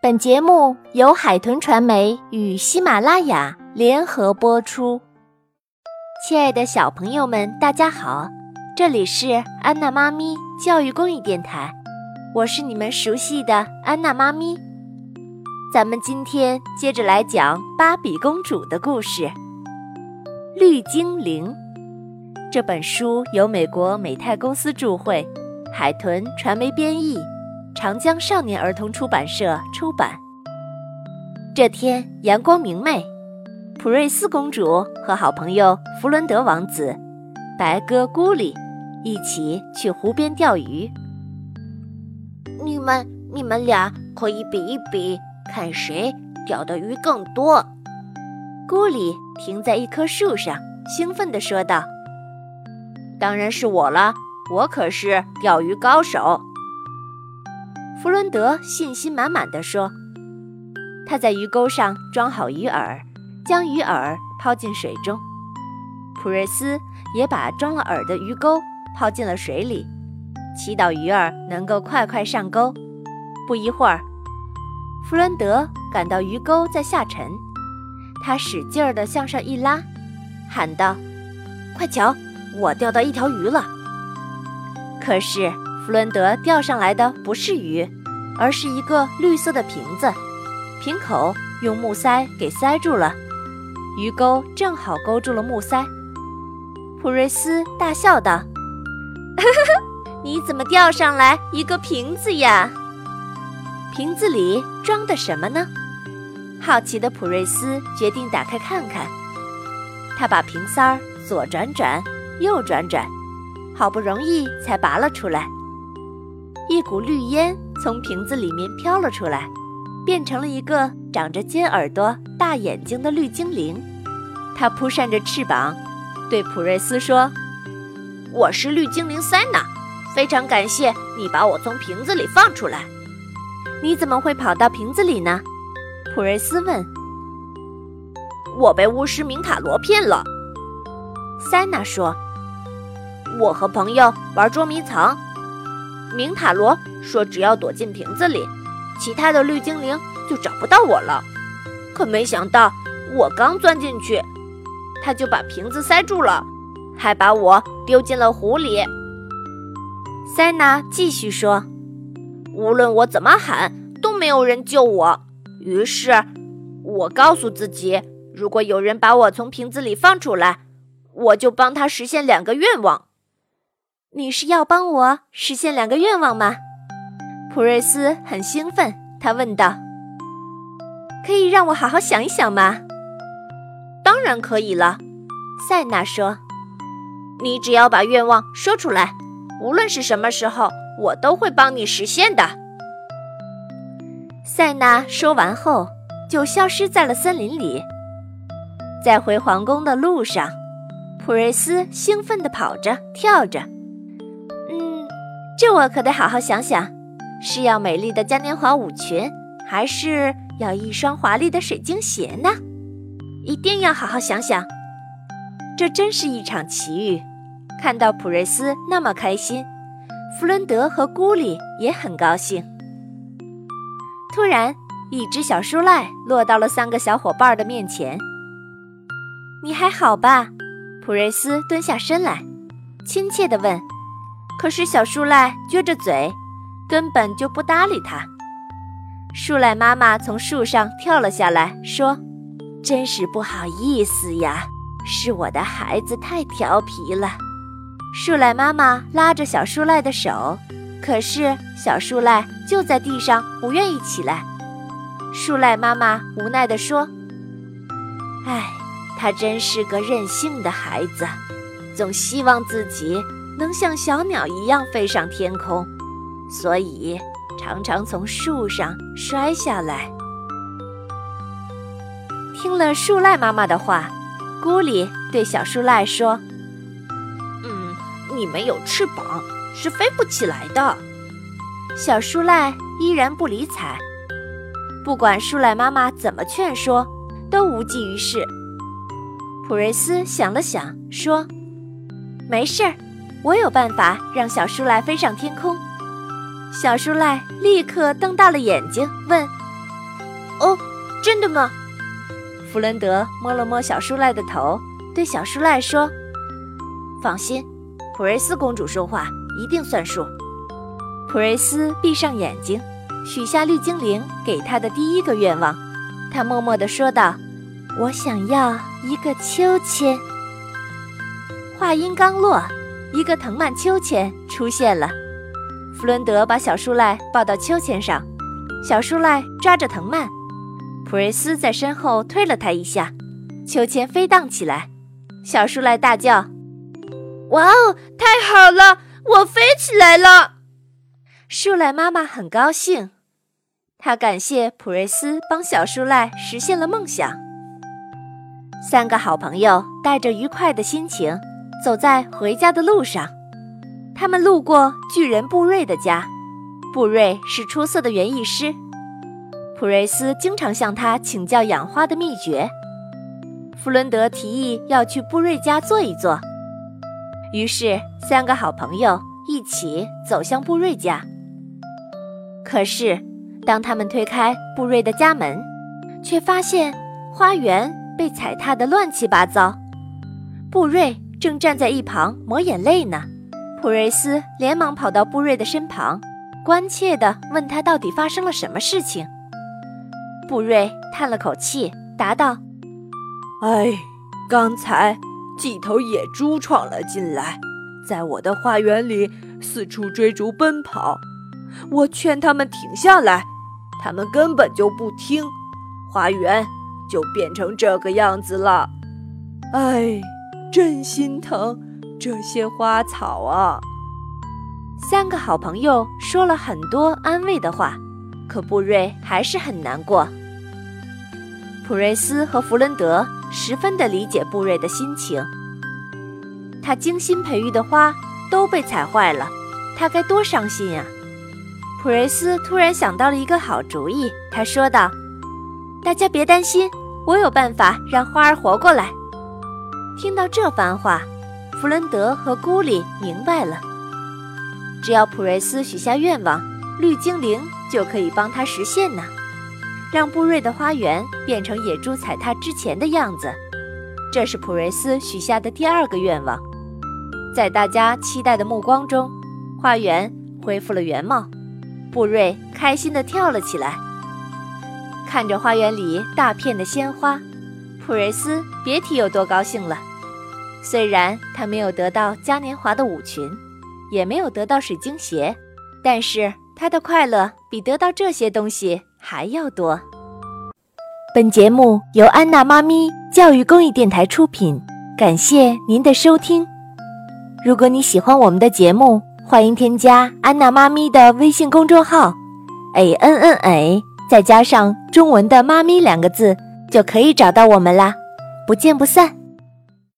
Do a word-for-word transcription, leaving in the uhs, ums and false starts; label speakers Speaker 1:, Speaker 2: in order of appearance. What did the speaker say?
Speaker 1: 本节目由海豚传媒与喜马拉雅联合播出。亲爱的小朋友们，大家好，这里是安娜妈咪教育公益电台，我是你们熟悉的安娜妈咪。咱们今天接着来讲芭比公主的故事。绿精灵这本书由美国美泰公司著绘，海豚传媒编译，长江少年儿童出版社出版。这天阳光明媚，普瑞斯公主和好朋友弗伦德王子、白鸽咕里一起去湖边钓鱼。
Speaker 2: 你们你们俩可以比一比，看谁钓的鱼更多。
Speaker 1: 咕里停在一棵树上，兴奋地说道：
Speaker 2: 当然是我了，我可是钓鱼高手。
Speaker 1: 弗伦德信心满满地说。他在鱼钩上装好鱼饵，将鱼饵抛进水中。普瑞斯也把装了饵的鱼钩抛进了水里，祈祷鱼儿能够快快上钩。不一会儿，弗伦德感到鱼钩在下沉，他使劲儿地向上一拉，喊道：快瞧，我钓到一条鱼了。可是弗伦德钓上来的不是鱼，而是一个绿色的瓶子，瓶口用木塞给塞住了，鱼钩正好勾住了木塞。普瑞斯大笑道：你怎么钓上来一个瓶子呀？瓶子里装的什么呢？好奇的普瑞斯决定打开看看。他把瓶塞儿左转转右转转，好不容易才拔了出来。一股绿烟从瓶子里面飘了出来，变成了一个长着尖耳朵、大眼睛的绿精灵。它扑扇着翅膀，对普瑞斯说：
Speaker 2: 我是绿精灵塞娜，非常感谢你把我从瓶子里放出来。
Speaker 1: 你怎么会跑到瓶子里呢？普瑞斯问。
Speaker 2: 我被巫师明塔罗骗了，
Speaker 1: 塞娜说。
Speaker 2: 我和朋友玩捉迷藏，明塔罗说只要躲进瓶子里，其他的绿精灵就找不到我了。可没想到我刚钻进去，他就把瓶子塞住了，还把我丢进了湖里。
Speaker 1: 塞娜继续说，
Speaker 2: 无论我怎么喊都没有人救我，于是我告诉自己，如果有人把我从瓶子里放出来，我就帮他实现两个愿望。
Speaker 1: 你是要帮我实现两个愿望吗？普瑞斯很兴奋，他问道：可以让我好好想一想吗？
Speaker 2: 当然可以了，
Speaker 1: 塞娜说。
Speaker 2: 你只要把愿望说出来，无论是什么时候，我都会帮你实现的。
Speaker 1: 塞娜说完后就消失在了森林里。在回皇宫的路上，普瑞斯兴奋地跑着跳着。嗯，这我可得好好想想，是要美丽的嘉年华舞裙，还是要一双华丽的水晶鞋呢？一定要好好想想。这真是一场奇遇。看到普瑞斯那么开心，弗伦德和咕里也很高兴。突然，一只小树赖落到了三个小伙伴的面前。你还好吧？普瑞斯蹲下身来，亲切地问。可是小树赖撅着嘴，根本就不搭理他。树赖妈妈从树上跳了下来，说：真是不好意思呀，是我的孩子太调皮了。树赖妈妈拉着小树赖的手，可是小树赖就在地上不愿意起来。树赖妈妈无奈地说：唉，他真是个任性的孩子，总希望自己能像小鸟一样飞上天空，所以常常从树上摔下来。听了树赖妈妈的话，咕里对小树赖说：
Speaker 2: 嗯，你没有翅膀，是飞不起来的。
Speaker 1: 小树赖依然不理睬，不管树赖妈妈怎么劝说，都无济于事。普瑞斯想了想，说：没事儿，我有办法让小树赖飞上天空。小树赖立刻瞪大了眼睛，问：
Speaker 2: 呢？
Speaker 1: 弗伦德摸了摸小舒赖的头，对小舒赖说：“
Speaker 2: 放心，普瑞斯公主说话一定算数。”
Speaker 1: 普瑞斯闭上眼睛，许下绿精灵给他的第一个愿望。他默默地说道：“我想要一个秋千。”话音刚落，一个藤蔓秋千出现了。弗伦德把小舒赖抱到秋千上，小舒赖抓着藤蔓，普瑞斯在身后推了他一下，秋千飞荡起来。小舒赖大叫：“
Speaker 2: 哇哦，太好了，我飞起来了！”
Speaker 1: 舒赖妈妈很高兴，她感谢普瑞斯帮小舒赖实现了梦想。三个好朋友带着愉快的心情走在回家的路上，他们路过巨人布瑞的家。布瑞是出色的园艺师，普瑞斯经常向他请教养花的秘诀。弗伦德提议要去布瑞家坐一坐，于是三个好朋友一起走向布瑞家。可是当他们推开布瑞的家门，却发现花园被踩踏得乱七八糟。布瑞正站在一旁抹眼泪呢。普瑞斯连忙跑到布瑞的身旁，关切地问他到底发生了什么事情。布瑞叹了口气，答道：“
Speaker 3: 哎，刚才几头野猪闯了进来，在我的花园里四处追逐奔跑。我劝他们停下来，他们根本就不听，花园就变成这个样子了。哎，真心疼这些花草啊！”
Speaker 1: 三个好朋友说了很多安慰的话，可布瑞还是很难过。普瑞斯和弗伦德十分地理解布瑞的心情，他精心培育的花都被踩坏了，他该多伤心呀！普瑞斯突然想到了一个好主意，他说道：“大家别担心，我有办法让花儿活过来。”听到这番话，弗伦德和咕里明白了，只要普瑞斯许下愿望，绿精灵就可以帮他实现呢，让布瑞的花园变成野猪踩踏之前的样子。这是普瑞斯许下的第二个愿望。在大家期待的目光中，花园恢复了原貌，布瑞开心地跳了起来。看着花园里大片的鲜花，普瑞斯别提有多高兴了。虽然他没有得到嘉年华的舞裙，也没有得到水晶鞋，但是他的快乐比得到这些东西还要多。本节目由安娜妈咪教育公益电台出品，感谢您的收听。如果你喜欢我们的节目，欢迎添加安娜妈咪的微信公众号 A N N A， 再加上中文的妈咪两个字，就可以找到我们啦。不见不散。